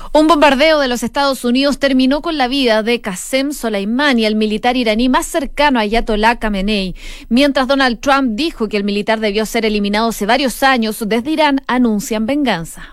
Un bombardeo de los Estados Unidos terminó con la vida de Qasem Soleimani, el militar iraní más cercano a Ayatollah Khamenei. Mientras Donald Trump dijo que el militar debió ser eliminado hace varios años, desde Irán anuncian venganza.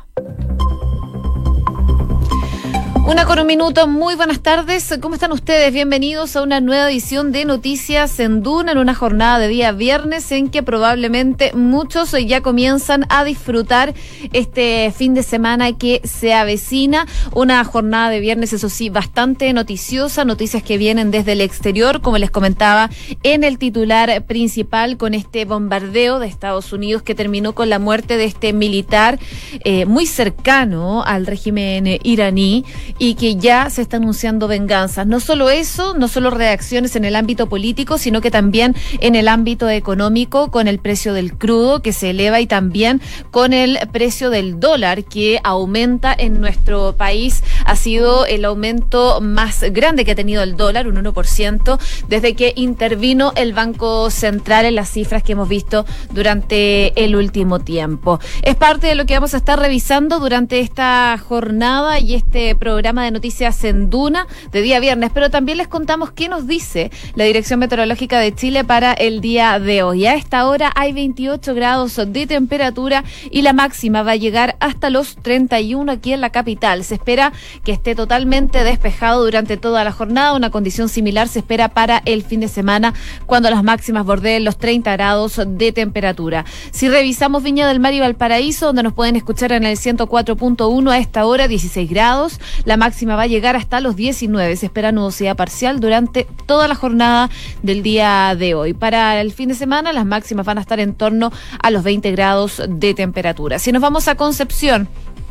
1:01, muy buenas tardes. ¿Cómo están ustedes? Bienvenidos a una nueva edición de Noticias en Duna, en una jornada de día viernes en que probablemente muchos ya comienzan a disfrutar este fin de semana que se avecina. Una jornada de viernes, eso sí, bastante noticiosa, noticias que vienen desde el exterior, como les comentaba en el titular principal, con este bombardeo de Estados Unidos que terminó con la muerte de este militar muy cercano al régimen iraní, y que ya se está anunciando venganzas. No solo eso, no solo reacciones en el ámbito político, sino que también en el ámbito económico, con el precio del crudo que se eleva y también con el precio del dólar que aumenta en nuestro país. Ha sido el aumento más grande que ha tenido el dólar, un 1%, desde que intervino el Banco Central en las cifras que hemos visto durante el último tiempo. Es parte de lo que vamos a estar revisando durante esta jornada y este programa de Noticias en Duna de día viernes, pero también les contamos qué nos dice la Dirección Meteorológica de Chile para el día de hoy. A esta hora hay 28 grados de temperatura y la máxima va a llegar hasta los 31 aquí en la capital. Se espera que esté totalmente despejado durante toda la jornada. Una condición similar se espera para el fin de semana, cuando las máximas bordeen los 30 grados de temperatura. Si revisamos Viña del Mar y Valparaíso, donde nos pueden escuchar en el 104.1, a esta hora 16 grados. La máxima va a llegar hasta los 19. Se espera nubosidad parcial durante toda la jornada del día de hoy. Para el fin de semana, las máximas van a estar en torno a los 20 grados de temperatura. Si nos vamos a Concepción,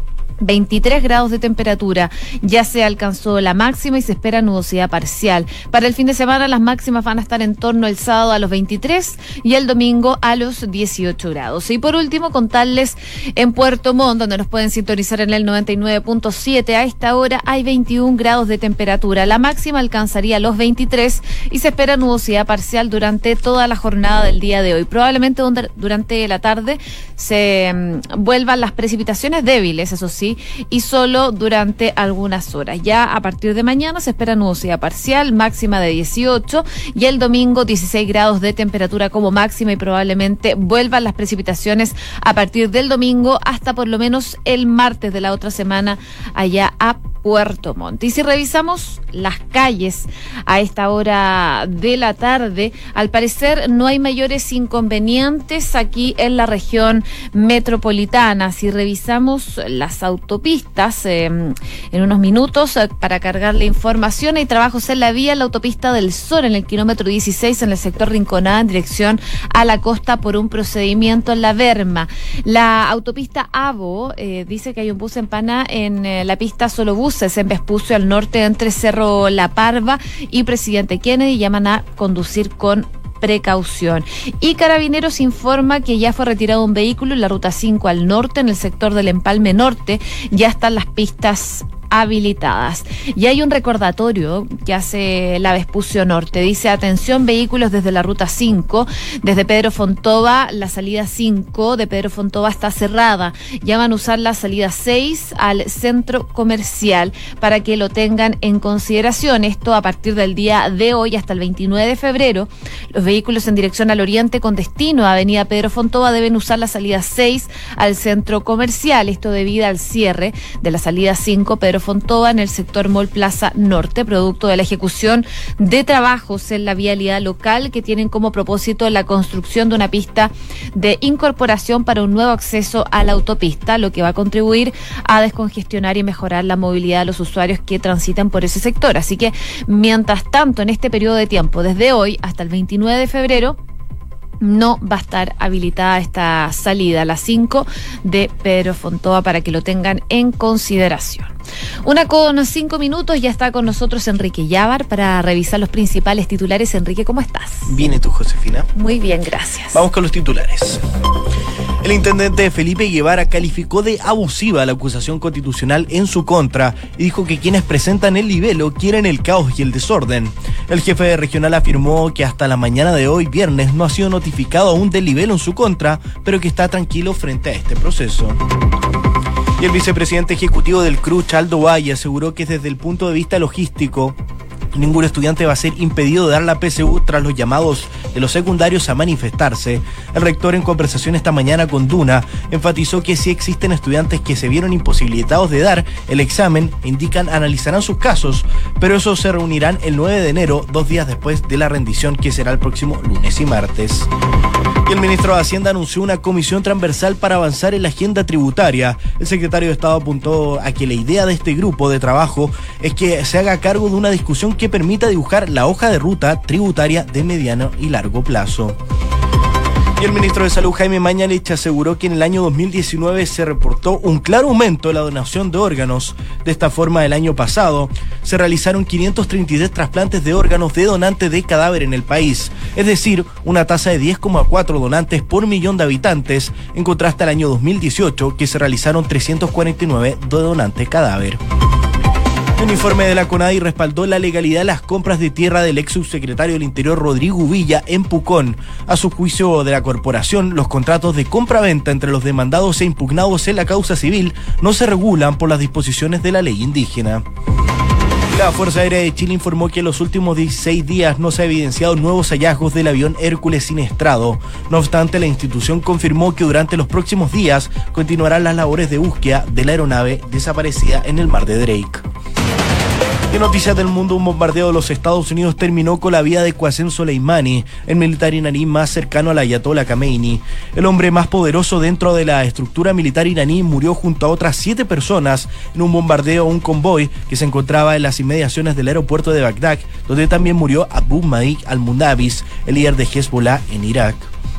23 grados de temperatura, ya se alcanzó la máxima y se espera nubosidad parcial. Para el fin de semana las máximas van a estar en torno el sábado a los 23 y el domingo a los 18 grados. Y por último, contarles en Puerto Montt, donde nos pueden sintonizar en el 99.7, a esta hora hay 21 grados de temperatura. La máxima alcanzaría los 23 y se espera nubosidad parcial durante toda la jornada del día de hoy. Probablemente durante la tarde se vuelvan las precipitaciones débiles, eso sí, y solo durante algunas horas. Ya a partir de mañana se espera nubosidad parcial, máxima de 18, y el domingo 16 grados de temperatura como máxima, y probablemente vuelvan las precipitaciones a partir del domingo hasta por lo menos el martes de la otra semana allá a Puerto Montt. Y si revisamos las calles a esta hora de la tarde, al parecer no hay mayores inconvenientes aquí en la región metropolitana. Si revisamos las autopistas, en unos minutos, para cargar la información, hay trabajos en la vía, la autopista del Sol, en el kilómetro 16, en el sector Rinconada, en dirección a la costa, por un procedimiento en la Berma. La autopista Avo dice que hay un bus en Pana en la pista Solo Buses, en Vespucio al norte, entre Cerro La Parva y Presidente Kennedy. Llaman a conducir con precaución. Y Carabineros informa que ya fue retirado un vehículo en la ruta 5 al norte, en el sector del Empalme Norte. Ya están las pistas habilitadas. Y hay un recordatorio que hace la Vespucio Norte. Dice: atención, vehículos desde la ruta 5, desde Pedro Fontova, la salida 5 de Pedro Fontova está cerrada. Ya van a usar la salida 6 al centro comercial, para que lo tengan en consideración. Esto a partir del día de hoy hasta el 29 de febrero. Los vehículos en dirección al oriente con destino a Avenida Pedro Fontova deben usar la salida 6 al centro comercial. Esto debido al cierre de la salida 5 Pedro Fontova en el sector Mall Plaza Norte, producto de la ejecución de trabajos en la vialidad local que tienen como propósito la construcción de una pista de incorporación para un nuevo acceso a la autopista, lo que va a contribuir a descongestionar y mejorar la movilidad de los usuarios que transitan por ese sector. Así que, mientras tanto, en este periodo de tiempo, desde hoy hasta el 29 de febrero, no va a estar habilitada esta salida, la 5 de Pedro Fontova, para que lo tengan en consideración. 1:05, ya está con nosotros Enrique Llávar para revisar los principales titulares. Enrique, ¿cómo estás? Bien, ¿y tú, Josefina? Muy bien, gracias. Vamos con los titulares. El intendente Felipe Guevara calificó de abusiva la acusación constitucional en su contra y dijo que quienes presentan el libelo quieren el caos y el desorden. El jefe regional afirmó que hasta la mañana de hoy, viernes, no ha sido notificado aún del libelo en su contra, pero que está tranquilo frente a este proceso. Y el vicepresidente ejecutivo del CRUCH, Aldo Valle, aseguró que desde el punto de vista logístico, ningún estudiante va a ser impedido de dar la PSU tras los llamados de los secundarios a manifestarse. El rector, en conversación esta mañana con Duna, enfatizó que si existen estudiantes que se vieron imposibilitados de dar el examen, analizarán sus casos, pero esos se reunirán el 9 de enero, 2 días después de la rendición, que será el próximo lunes y martes. Y el ministro de Hacienda anunció una comisión transversal para avanzar en la agenda tributaria. El secretario de Estado apuntó a que la idea de este grupo de trabajo es que se haga cargo de una discusión que permita dibujar la hoja de ruta tributaria de mediano y largo plazo. Y el ministro de Salud, Jaime Mañalich, aseguró que en el año 2019 se reportó un claro aumento de la donación de órganos. De esta forma, el año pasado se realizaron 533 trasplantes de órganos de donantes de cadáver en el país, es decir, una tasa de 10,4 donantes por millón de habitantes, en contraste al año 2018, que se realizaron 349 de donantes cadáver. Un informe de la CONADI respaldó la legalidad de las compras de tierra del ex subsecretario del Interior Rodrigo Villa en Pucón. A su juicio de la corporación, los contratos de compra-venta entre los demandados e impugnados en la causa civil no se regulan por las disposiciones de la ley indígena. La Fuerza Aérea de Chile informó que en los últimos 16 días no se han evidenciado nuevos hallazgos del avión Hércules siniestrado. No obstante, la institución confirmó que durante los próximos días continuarán las labores de búsqueda de la aeronave desaparecida en el mar de Drake. En noticias del mundo, un bombardeo de los Estados Unidos terminó con la vida de Qasem Soleimani, el militar iraní más cercano al ayatolá Khamenei. El hombre más poderoso dentro de la estructura militar iraní murió junto a otras 7 personas en un bombardeo a un convoy que se encontraba en las inmediaciones del aeropuerto de Bagdad, donde también murió Abu Mahdi al-Munabis, el líder de Hezbollah en Irak.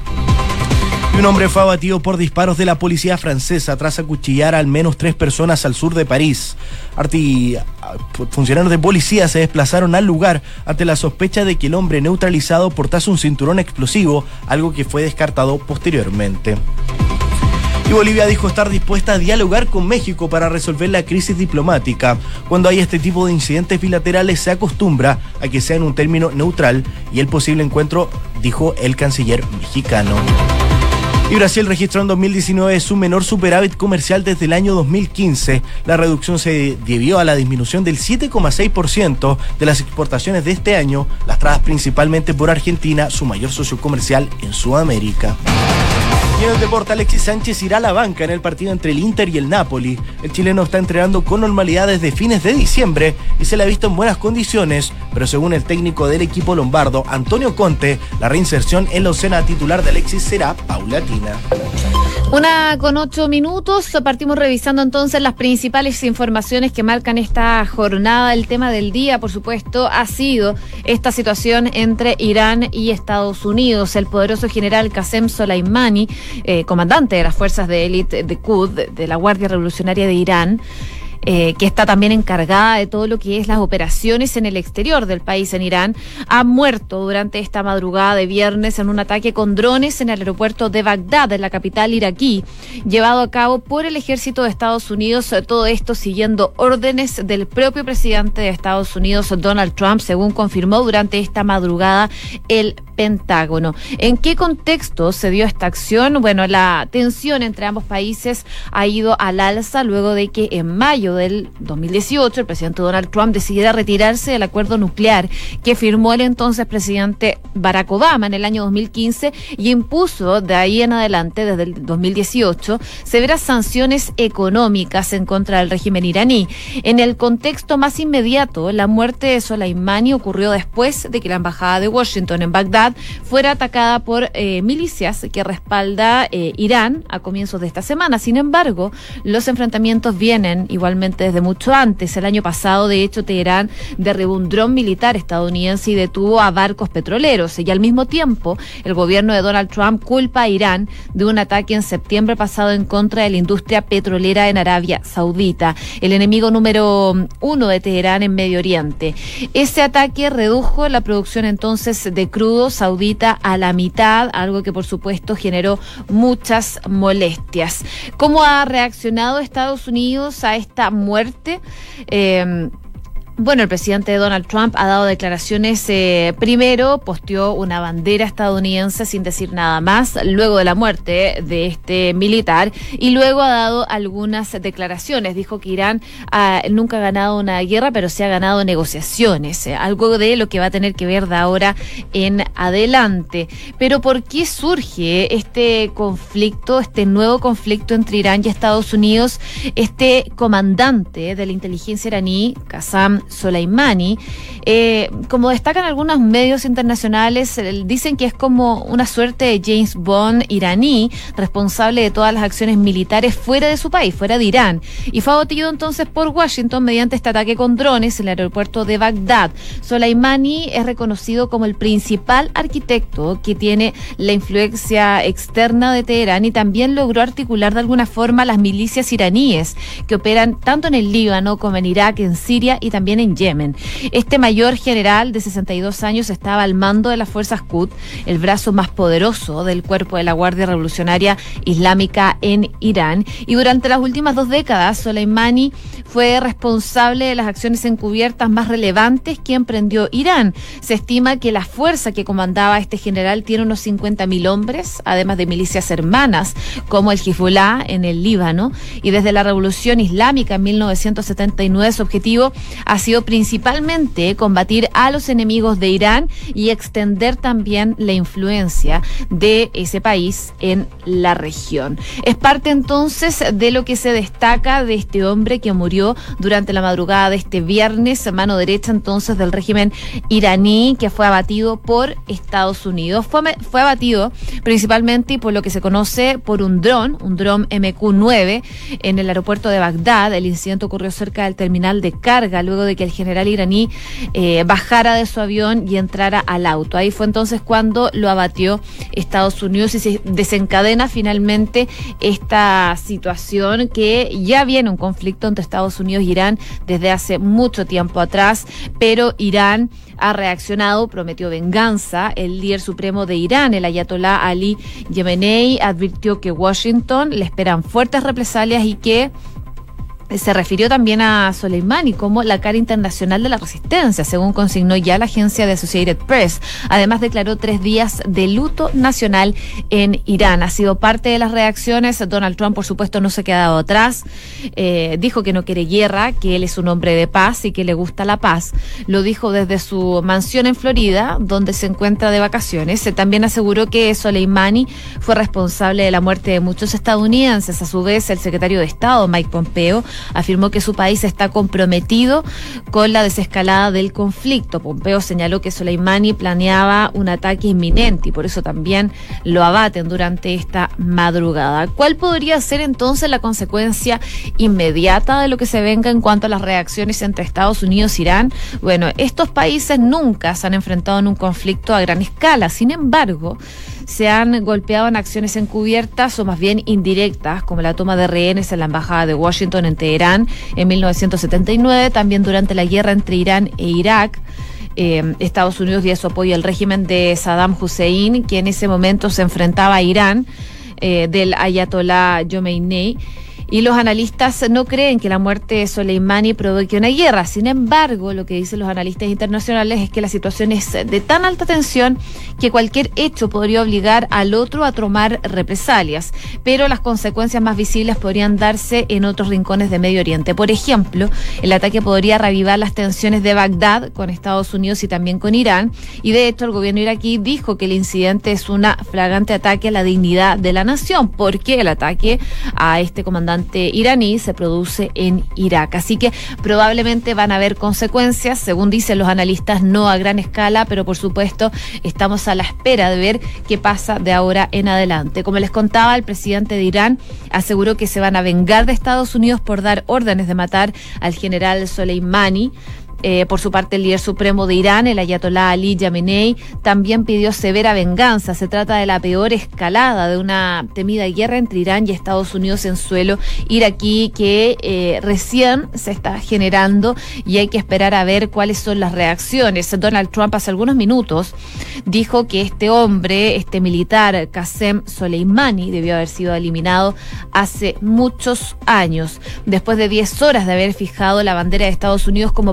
Y un hombre fue abatido por disparos de la policía francesa tras acuchillar a al menos 3 personas al sur de París. Funcionarios de policía se desplazaron al lugar ante la sospecha de que el hombre neutralizado portase un cinturón explosivo, algo que fue descartado posteriormente. Y Bolivia dijo estar dispuesta a dialogar con México para resolver la crisis diplomática. Cuando hay este tipo de incidentes bilaterales se acostumbra a que sea en un término neutral y el posible encuentro, dijo el canciller mexicano. Y Brasil registró en 2019 su menor superávit comercial desde el año 2015. La reducción se debió a la disminución del 7,6% de las exportaciones de este año, lastradas principalmente por Argentina, su mayor socio comercial en Sudamérica. Y en el deporte, Alexis Sánchez irá a la banca en el partido entre el Inter y el Napoli. El chileno está entrenando con normalidad desde fines de diciembre y se le ha visto en buenas condiciones, pero según el técnico del equipo lombardo, Antonio Conte, la reinserción en la oncena titular de Alexis será paulatina. 1:08. Partimos revisando entonces las principales informaciones que marcan esta jornada. El tema del día, por supuesto, ha sido esta situación entre Irán y Estados Unidos. El poderoso general Qasem Soleimani, comandante de las fuerzas de élite de Quds, de la Guardia Revolucionaria de Irán, que está también encargada de todo lo que es las operaciones en el exterior del país, en Irán, ha muerto durante esta madrugada de viernes en un ataque con drones en el aeropuerto de Bagdad, en la capital iraquí, llevado a cabo por el ejército de Estados Unidos, todo esto siguiendo órdenes del propio presidente de Estados Unidos, Donald Trump, según confirmó durante esta madrugada el Pentágono. ¿En qué contexto se dio esta acción? Bueno, la tensión entre ambos países ha ido al alza luego de que en mayo del 2018 el presidente Donald Trump decidiera retirarse del acuerdo nuclear que firmó el entonces presidente Barack Obama en el año 2015 y impuso de ahí en adelante, desde el 2018, severas sanciones económicas en contra del régimen iraní. En el contexto más inmediato, la muerte de Soleimani ocurrió después de que la embajada de Washington en Bagdad fuera atacada por milicias que respalda Irán a comienzos de esta semana. Sin embargo, los enfrentamientos vienen igualmente desde mucho antes. El año pasado, de hecho, Teherán derribó un dron militar estadounidense y detuvo a barcos petroleros. Y al mismo tiempo, el gobierno de Donald Trump culpa a Irán de un ataque en septiembre pasado en contra de la industria petrolera en Arabia Saudita, el enemigo número 1 de Teherán en Medio Oriente. Ese ataque redujo la producción entonces de crudo saudita a la mitad, algo que por supuesto generó muchas molestias. ¿Cómo ha reaccionado Estados Unidos a esta muerte? Bueno, el presidente Donald Trump ha dado declaraciones, primero posteó una bandera estadounidense sin decir nada más, luego de la muerte de este militar, y luego ha dado algunas declaraciones. Dijo que Irán nunca ha ganado una guerra, pero sí ha ganado negociaciones, algo de lo que va a tener que ver de ahora en adelante. Pero ¿por qué surge este conflicto, este nuevo conflicto entre Irán y Estados Unidos? Este comandante de la inteligencia iraní, Qasem Soleimani, como destacan algunos medios internacionales, dicen que es como una suerte de James Bond iraní, responsable de todas las acciones militares fuera de su país, fuera de Irán, y fue abatido entonces por Washington mediante este ataque con drones en el aeropuerto de Bagdad. Soleimani es reconocido como el principal arquitecto que tiene la influencia externa de Teherán y también logró articular de alguna forma las milicias iraníes que operan tanto en el Líbano como en Irak, en Siria y también en Yemen. Este mayor general de 62 años estaba al mando de las fuerzas Quds, el brazo más poderoso del cuerpo de la Guardia Revolucionaria Islámica en Irán. Y durante las últimas 2 décadas, Soleimani fue responsable de las acciones encubiertas más relevantes que emprendió Irán. Se estima que la fuerza que comandaba este general tiene unos 50.000 hombres, además de milicias hermanas como el Hezbollah en el Líbano. Y desde la Revolución Islámica en 1979 su objetivo ha sido principalmente combatir a los enemigos de Irán y extender también la influencia de ese país en la región. Es parte entonces de lo que se destaca de este hombre que murió durante la madrugada de este viernes, mano derecha entonces del régimen iraní, que fue abatido por Estados Unidos. Fue abatido principalmente por lo que se conoce por un dron MQ-9 en el aeropuerto de Bagdad. El incidente ocurrió cerca del terminal de carga luego de que el general iraní bajara de su avión y entrara al auto. Ahí fue entonces cuando lo abatió Estados Unidos y se desencadena finalmente esta situación, que ya viene un conflicto entre Estados Unidos y Irán desde hace mucho tiempo atrás, pero Irán ha reaccionado, prometió venganza. El líder supremo de Irán, el ayatolá Ali Khamenei, advirtió que Washington le esperan fuertes represalias y que se refirió también a Soleimani como la cara internacional de la resistencia, según consignó ya la agencia de Associated Press. Además, declaró 3 días de luto nacional en Irán. Ha sido parte de las reacciones. Donald Trump, por supuesto, no se ha quedado atrás. Dijo que no quiere guerra, que él es un hombre de paz y que le gusta la paz. Lo dijo desde su mansión en Florida, donde se encuentra de vacaciones. También aseguró que Soleimani fue responsable de la muerte de muchos estadounidenses. A su vez, el secretario de Estado, Mike Pompeo, afirmó que su país está comprometido con la desescalada del conflicto. Pompeo señaló que Soleimani planeaba un ataque inminente y por eso también lo abaten durante esta madrugada. ¿Cuál podría ser entonces la consecuencia inmediata de lo que se venga en cuanto a las reacciones entre Estados Unidos e Irán? Bueno, estos países nunca se han enfrentado en un conflicto a gran escala. Sin embargo, se han golpeado en acciones encubiertas o más bien indirectas, como la toma de rehenes en la embajada de Washington en Teherán en 1979, también durante la guerra entre Irán e Irak. Estados Unidos dio su apoyo al régimen de Saddam Hussein, que en ese momento se enfrentaba a Irán, del ayatolá Khamenei. Y los analistas no creen que la muerte de Soleimani provoque una guerra. Sin embargo, lo que dicen los analistas internacionales es que la situación es de tan alta tensión que cualquier hecho podría obligar al otro a tomar represalias. Pero las consecuencias más visibles podrían darse en otros rincones de Medio Oriente. Por ejemplo, el ataque podría reavivar las tensiones de Bagdad con Estados Unidos y también con Irán. Y de hecho, el gobierno iraquí dijo que el incidente es un flagrante ataque a la dignidad de la nación, porque el ataque a este comandante iraní se produce en Irak. Así que probablemente van a haber consecuencias, según dicen los analistas, no a gran escala, pero por supuesto estamos a la espera de ver qué pasa de ahora en adelante. Como les contaba, el presidente de Irán aseguró que se van a vengar de Estados Unidos por dar órdenes de matar al general Soleimani. Por su parte, el líder supremo de Irán, el ayatolá Ali Khamenei, también pidió severa venganza. Se trata de la peor escalada de una temida guerra entre Irán y Estados Unidos en suelo iraquí que recién se está generando y hay que esperar a ver cuáles son las reacciones. Donald Trump hace algunos minutos dijo que este hombre, este militar, Qasem Soleimani, debió haber sido eliminado hace muchos años, después de 10 horas de haber fijado la bandera de Estados Unidos como primer mensaje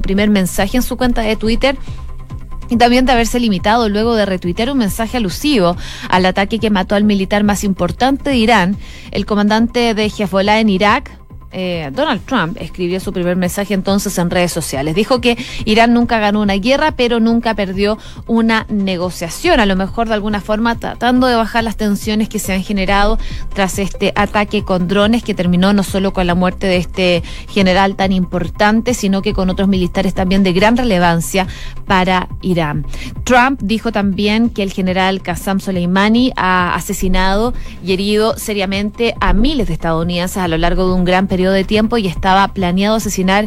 mensaje en su cuenta de Twitter y también de haberse limitado luego de retuitear un mensaje alusivo al ataque que mató al militar más importante de Irán, el comandante de Hezbollah en Irak. Donald Trump escribió su primer mensaje entonces en redes sociales. Dijo que Irán nunca ganó una guerra, pero nunca perdió una negociación, a lo mejor de alguna forma tratando de bajar las tensiones que se han generado tras este ataque con drones que terminó no solo con la muerte de este general tan importante, sino que con otros militares también de gran relevancia para Irán. Trump dijo también que el general Qasem Soleimani ha asesinado y herido seriamente a miles de estadounidenses a lo largo de un gran periodo de tiempo y estaba planeado asesinar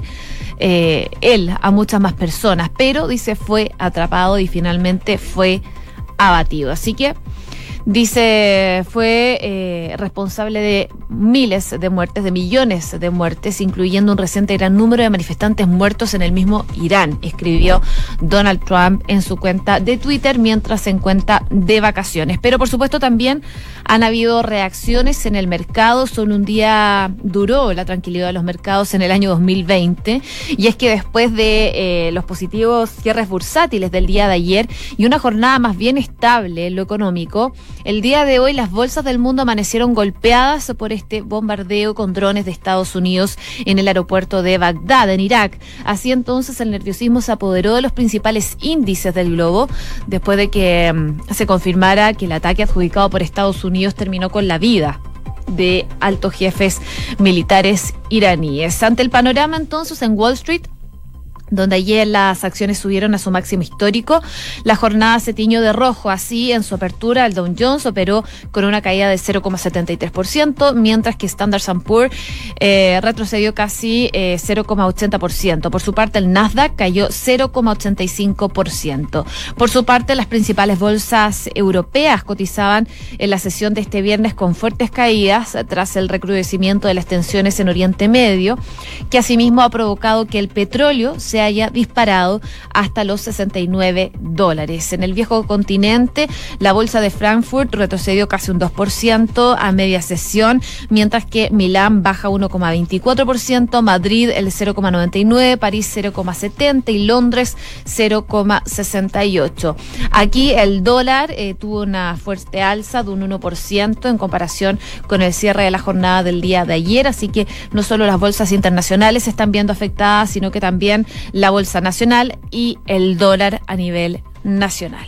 él a muchas más personas, pero dice fue atrapado y finalmente fue abatido. Así que dice fue responsable de miles de muertes, de millones de muertes, incluyendo un reciente gran número de manifestantes muertos en el mismo Irán, escribió Donald Trump en su cuenta de Twitter mientras se encuentra de vacaciones. Pero por supuesto también han habido reacciones en el mercado. Solo un día duró la tranquilidad de los mercados en el año 2020, y es que después de los positivos cierres bursátiles del día de ayer y una jornada más bien estable en lo económico, el día de hoy las bolsas del mundo amanecieron golpeadas por este bombardeo con drones de Estados Unidos en el aeropuerto de Bagdad, en Irak. Así entonces el nerviosismo se apoderó de los principales índices del globo después de que se confirmara que el ataque adjudicado por Estados Unidos terminó con la vida de altos jefes militares iraníes. Ante el panorama entonces en Wall Street, donde ayer las acciones subieron a su máximo histórico, la jornada se tiñó de rojo. Así, en su apertura, el Dow Jones operó con una caída de 0,73%, mientras que Standard & Poor's retrocedió casi 0,80%. Por su parte, el Nasdaq cayó 0,85%. Por su parte, las principales bolsas europeas cotizaban en la sesión de este viernes con fuertes caídas tras el recrudecimiento de las tensiones en Oriente Medio, que asimismo ha provocado que el petróleo se haya disparado hasta los $69. En el viejo continente, la bolsa de Frankfurt retrocedió casi un 2% a media sesión, mientras que Milán baja 1,24%, Madrid el 0,99%, París 0,70% y Londres 0,68%. Aquí el dólar tuvo una fuerte alza de un 1% en comparación con el cierre de la jornada del día de ayer, así que no solo las bolsas internacionales se están viendo afectadas, sino que también la bolsa nacional y el dólar a nivel nacional.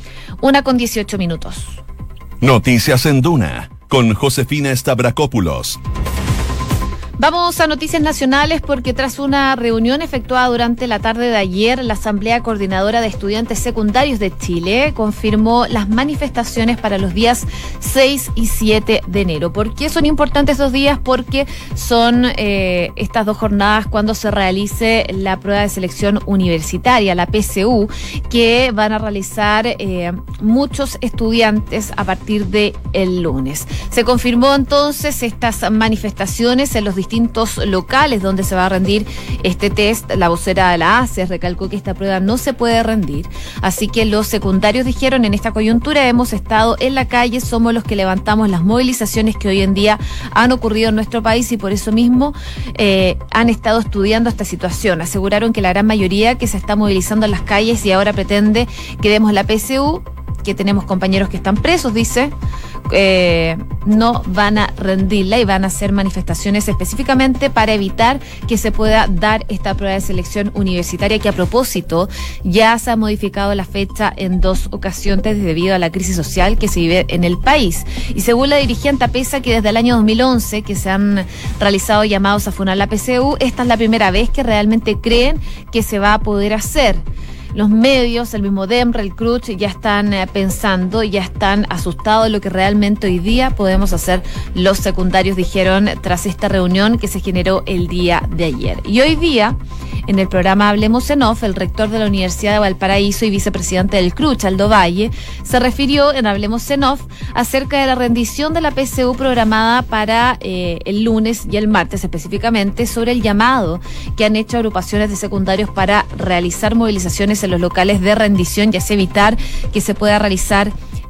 1:18. Noticias en Duna con Josefina Stavrakopoulos. Vamos a noticias nacionales porque tras una reunión efectuada durante la tarde de ayer, la Asamblea Coordinadora de Estudiantes Secundarios de Chile confirmó las manifestaciones para los días 6 y 7 de enero. ¿Por qué son importantes estos días? Porque son estas dos jornadas cuando se realice la prueba de selección universitaria, la PSU, que van a realizar muchos estudiantes a partir de el lunes. Se confirmó entonces estas manifestaciones en los distintos locales donde se va a rendir este test. La vocera de la ACES recalcó que esta prueba no se puede rendir, así que los secundarios dijeron: en esta coyuntura hemos estado en la calle, somos los que levantamos las movilizaciones que hoy en día han ocurrido en nuestro país y por eso mismo han estado estudiando esta situación. Aseguraron que la gran mayoría que se está movilizando en las calles y ahora pretende que demos la PSU, que tenemos compañeros que están presos, dice, no van a rendirla y van a hacer manifestaciones específicamente para evitar que se pueda dar esta prueba de selección universitaria, que a propósito ya se ha modificado la fecha en 2 ocasiones debido a la crisis social que se vive en el país. Y según la dirigente, pese a que desde el año 2011 que se han realizado llamados a funar la PSU, esta es la primera vez que realmente creen que se va a poder hacer. Los medios, el mismo DEMRE, el CRUCH, ya están pensando, ya están asustados de lo que realmente hoy día podemos hacer los secundarios, dijeron tras esta reunión que se generó el día de ayer. Y hoy día, en el programa Hablemos en Off, el rector de la Universidad de Valparaíso y vicepresidente del CRUCH, Aldo Valle, se refirió en Hablemos en Off acerca de la rendición de la PSU programada para el lunes y el martes específicamente, sobre el llamado que han hecho agrupaciones de secundarios para realizar movilizaciones en los locales de rendición y así evitar que se pueda realizar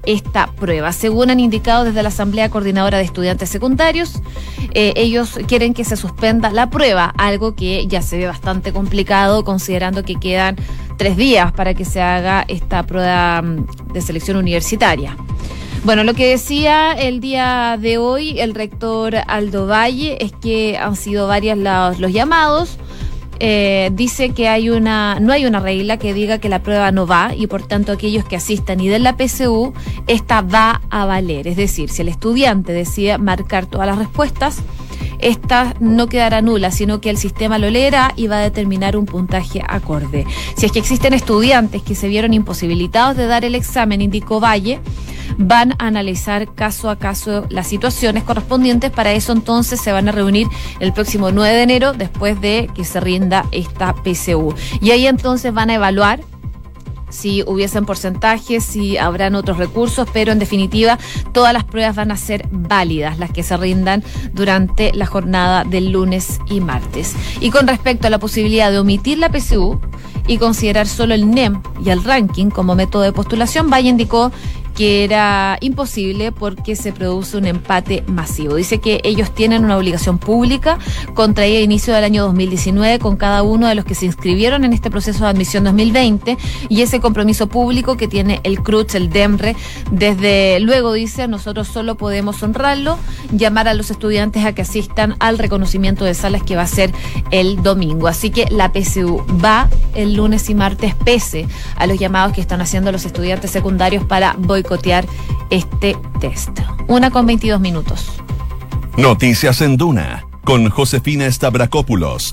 esta prueba. Según han indicado desde la Asamblea Coordinadora de Estudiantes Secundarios, ellos quieren que se suspenda la prueba, algo que ya se ve bastante complicado considerando que quedan 3 días para que se haga esta prueba de selección universitaria. Bueno, lo que decía el día de hoy el rector Aldo Valle es que han sido varios los llamados. Dice que no hay una regla que diga que la prueba no va y por tanto aquellos que asistan y den la PSU, esta va a valer. Es decir, si el estudiante decide marcar todas las respuestas, esta no quedará nula, sino que el sistema lo leerá y va a determinar un puntaje acorde. Si es que existen estudiantes que se vieron imposibilitados de dar el examen, indicó Valle, van a analizar caso a caso las situaciones correspondientes. Para eso entonces se van a reunir el próximo 9 de enero después de que se rinda esta PSU. Y ahí entonces van a evaluar si hubiesen porcentajes, si habrán otros recursos, pero en definitiva todas las pruebas van a ser válidas, las que se rindan durante la jornada del lunes y martes. Y con respecto a la posibilidad de omitir la PSU y considerar solo el NEM y el ranking como método de postulación, Valle indicó que era imposible porque se produce un empate masivo. Dice que ellos tienen una obligación pública contraída a inicio del año 2019 con cada uno de los que se inscribieron en este proceso de admisión 2020 y ese compromiso público que tiene el CRUCH, el DEMRE, desde luego, dice, nosotros solo podemos honrarlo, llamar a los estudiantes a que asistan al reconocimiento de salas que va a ser el domingo. Así que la PSU va el lunes y martes pese a los llamados que están haciendo los estudiantes secundarios para boicotear este test. 1:22. Noticias en Duna con Josefina Stavrakopoulos.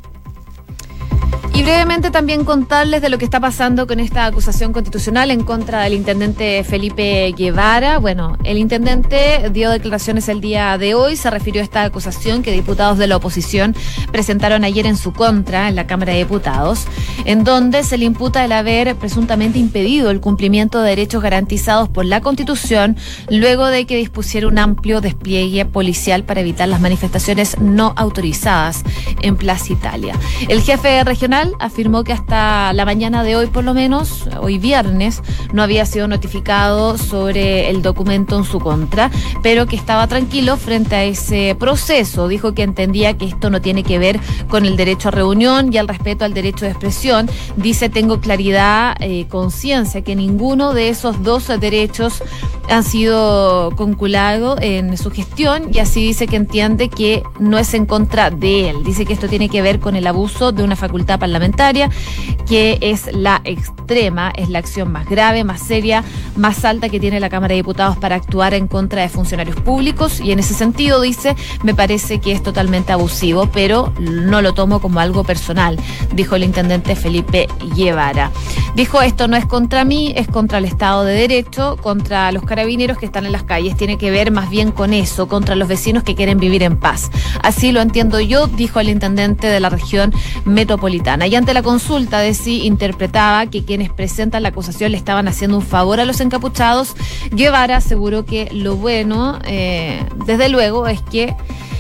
Y brevemente también contarles de lo que está pasando con esta acusación constitucional en contra del intendente Felipe Guevara. Bueno, el intendente dio declaraciones el día de hoy, se refirió a esta acusación que diputados de la oposición presentaron ayer en su contra en la Cámara de Diputados, en donde se le imputa el haber presuntamente impedido el cumplimiento de derechos garantizados por la Constitución luego de que dispusiera un amplio despliegue policial para evitar las manifestaciones no autorizadas en Plaza Italia. El jefe regional afirmó que hasta la mañana de hoy, por lo menos, hoy viernes, no había sido notificado sobre el documento en su contra, pero que estaba tranquilo frente a ese proceso. Dijo que entendía que esto no tiene que ver con el derecho a reunión y al respeto al derecho de expresión. Dice, tengo claridad, conciencia, que ninguno de esos dos derechos han sido conculados en su gestión y así dice que entiende que no es en contra de él. Dice que esto tiene que ver con el abuso de una facultad parlamentaria, que es la extrema, es la acción más grave, más seria, más alta que tiene la Cámara de Diputados para actuar en contra de funcionarios públicos y en ese sentido, dice, me parece que es totalmente abusivo, pero no lo tomo como algo personal, dijo el intendente Felipe Guevara. Dijo, esto no es contra mí, es contra el Estado de Derecho, contra los carabineros que están en las calles, tiene que ver más bien con eso, contra los vecinos que quieren vivir en paz. Así lo entiendo yo, dijo el intendente de la región metropolitana. Y ante la consulta de si interpretaba que quienes presentan la acusación le estaban haciendo un favor a los encapuchados, Guevara aseguró que lo bueno, desde luego, es que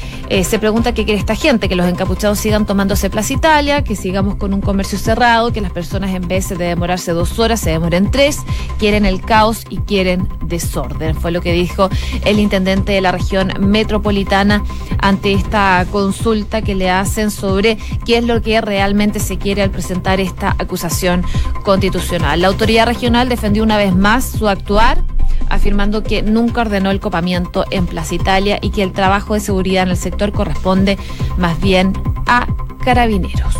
se pregunta qué quiere esta gente, que los encapuchados sigan tomándose Plaza Italia, que sigamos con un comercio cerrado, que las personas en vez de demorarse 2 horas se demoren 3, quieren el caos y quieren desorden. Fue lo que dijo el intendente de la región metropolitana ante esta consulta que le hacen sobre qué es lo que realmente se quiere al presentar esta acusación constitucional. La autoridad regional defendió una vez más su actuar, afirmando que nunca ordenó el copamiento en Plaza Italia y que el trabajo de seguridad en el sector corresponde más bien a carabineros.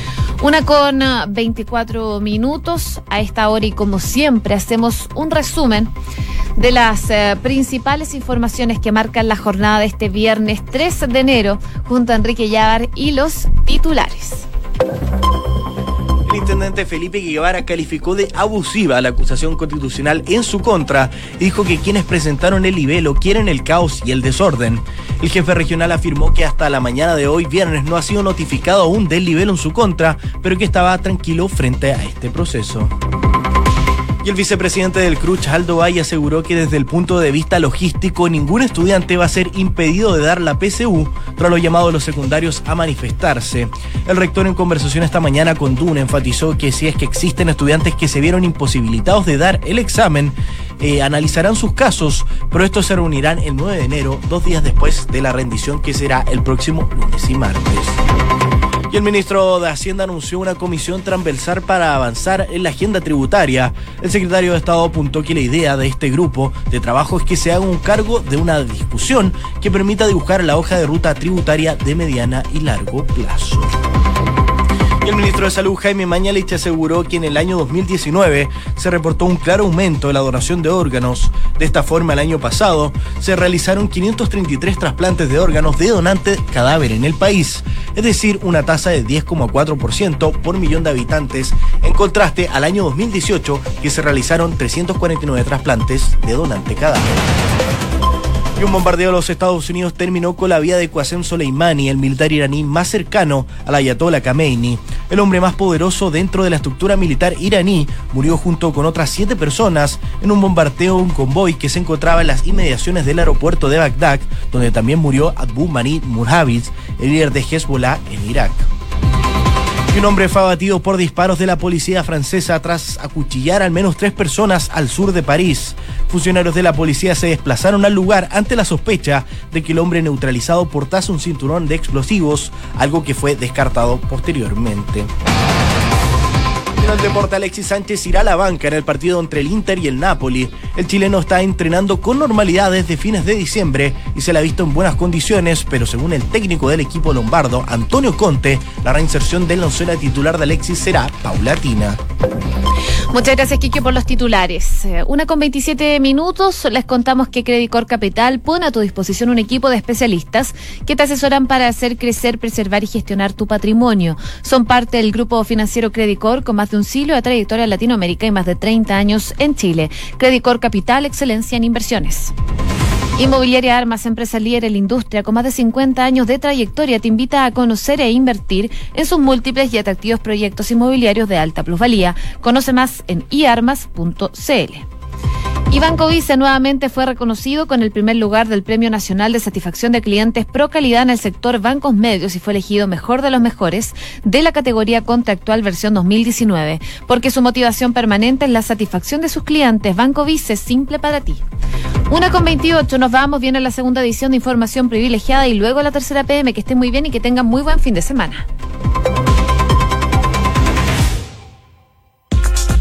1:24. A esta hora y como siempre hacemos un resumen de las principales informaciones que marcan la jornada de este viernes 3 de enero junto a Enrique Llávar y los titulares. El intendente Felipe Guevara calificó de abusiva la acusación constitucional en su contra y dijo que quienes presentaron el libelo quieren el caos y el desorden. El jefe regional afirmó que hasta la mañana de hoy, viernes, no ha sido notificado aún del libelo en su contra, pero que estaba tranquilo frente a este proceso. Y el vicepresidente del CRUCH, Aldo Valle, aseguró que desde el punto de vista logístico ningún estudiante va a ser impedido de dar la PSU tras los llamados de los secundarios a manifestarse. El rector en conversación esta mañana con Duna enfatizó que si es que existen estudiantes que se vieron imposibilitados de dar el examen, analizarán sus casos, pero estos se reunirán el 9 de enero, 2 días después de la rendición que será el próximo lunes y martes. Y el ministro de Hacienda anunció una comisión transversal para avanzar en la agenda tributaria. El secretario de Estado apuntó que la idea de este grupo de trabajo es que se haga un cargo de una discusión que permita dibujar la hoja de ruta tributaria de mediana y largo plazo. Y el ministro de Salud, Jaime Mañalich, aseguró que en el año 2019 se reportó un claro aumento de la donación de órganos. De esta forma, el año pasado se realizaron 533 trasplantes de órganos de donante cadáver en el país, es decir, una tasa de 10,4% por millón de habitantes, en contraste al año 2018, que se realizaron 349 trasplantes de donante cadáver. Y un bombardeo de los Estados Unidos terminó con la vida de Qasem Soleimani, el militar iraní más cercano al ayatollah Khamenei. El hombre más poderoso dentro de la estructura militar iraní murió junto con otras 7 personas en un bombardeo de un convoy que se encontraba en las inmediaciones del aeropuerto de Bagdad, donde también murió Abu Mahdi Murhabiz, el líder de Hezbollah en Irak. Y un hombre fue abatido por disparos de la policía francesa tras acuchillar al menos 3 personas al sur de París. Funcionarios de la policía se desplazaron al lugar ante la sospecha de que el hombre neutralizado portase un cinturón de explosivos, algo que fue descartado posteriormente. En el deporte, Alexis Sánchez irá a la banca en el partido entre el Inter y el Napoli. El chileno está entrenando con normalidad desde fines de diciembre y se le ha visto en buenas condiciones, pero según el técnico del equipo lombardo, Antonio Conte, la reinserción del oncena titular de Alexis será paulatina. Muchas gracias, Quique, por los titulares. 1:27. Les contamos que Credit Corp Capital pone a tu disposición un equipo de especialistas que te asesoran para hacer crecer, preservar y gestionar tu patrimonio. Son parte del grupo financiero Credit Corp, con más de un siglo de trayectoria en Latinoamérica y más de 30 años en Chile. Credit Corp Capital, excelencia en inversiones. Inmobiliaria Armas, empresa líder en la industria con más de 50 años de trayectoria, te invita a conocer e invertir en sus múltiples y atractivos proyectos inmobiliarios de alta plusvalía. Conoce más en iarmas.cl. Y Banco Vice nuevamente fue reconocido con el primer lugar del Premio Nacional de Satisfacción de Clientes Pro Calidad en el sector bancos medios y fue elegido mejor de los mejores de la categoría contractual versión 2019, porque su motivación permanente es la satisfacción de sus clientes. Banco Vice, simple para ti. 1:28, nos vamos, viene la segunda edición de Información Privilegiada y luego la tercera PM. Que estén muy bien y que tengan muy buen fin de semana.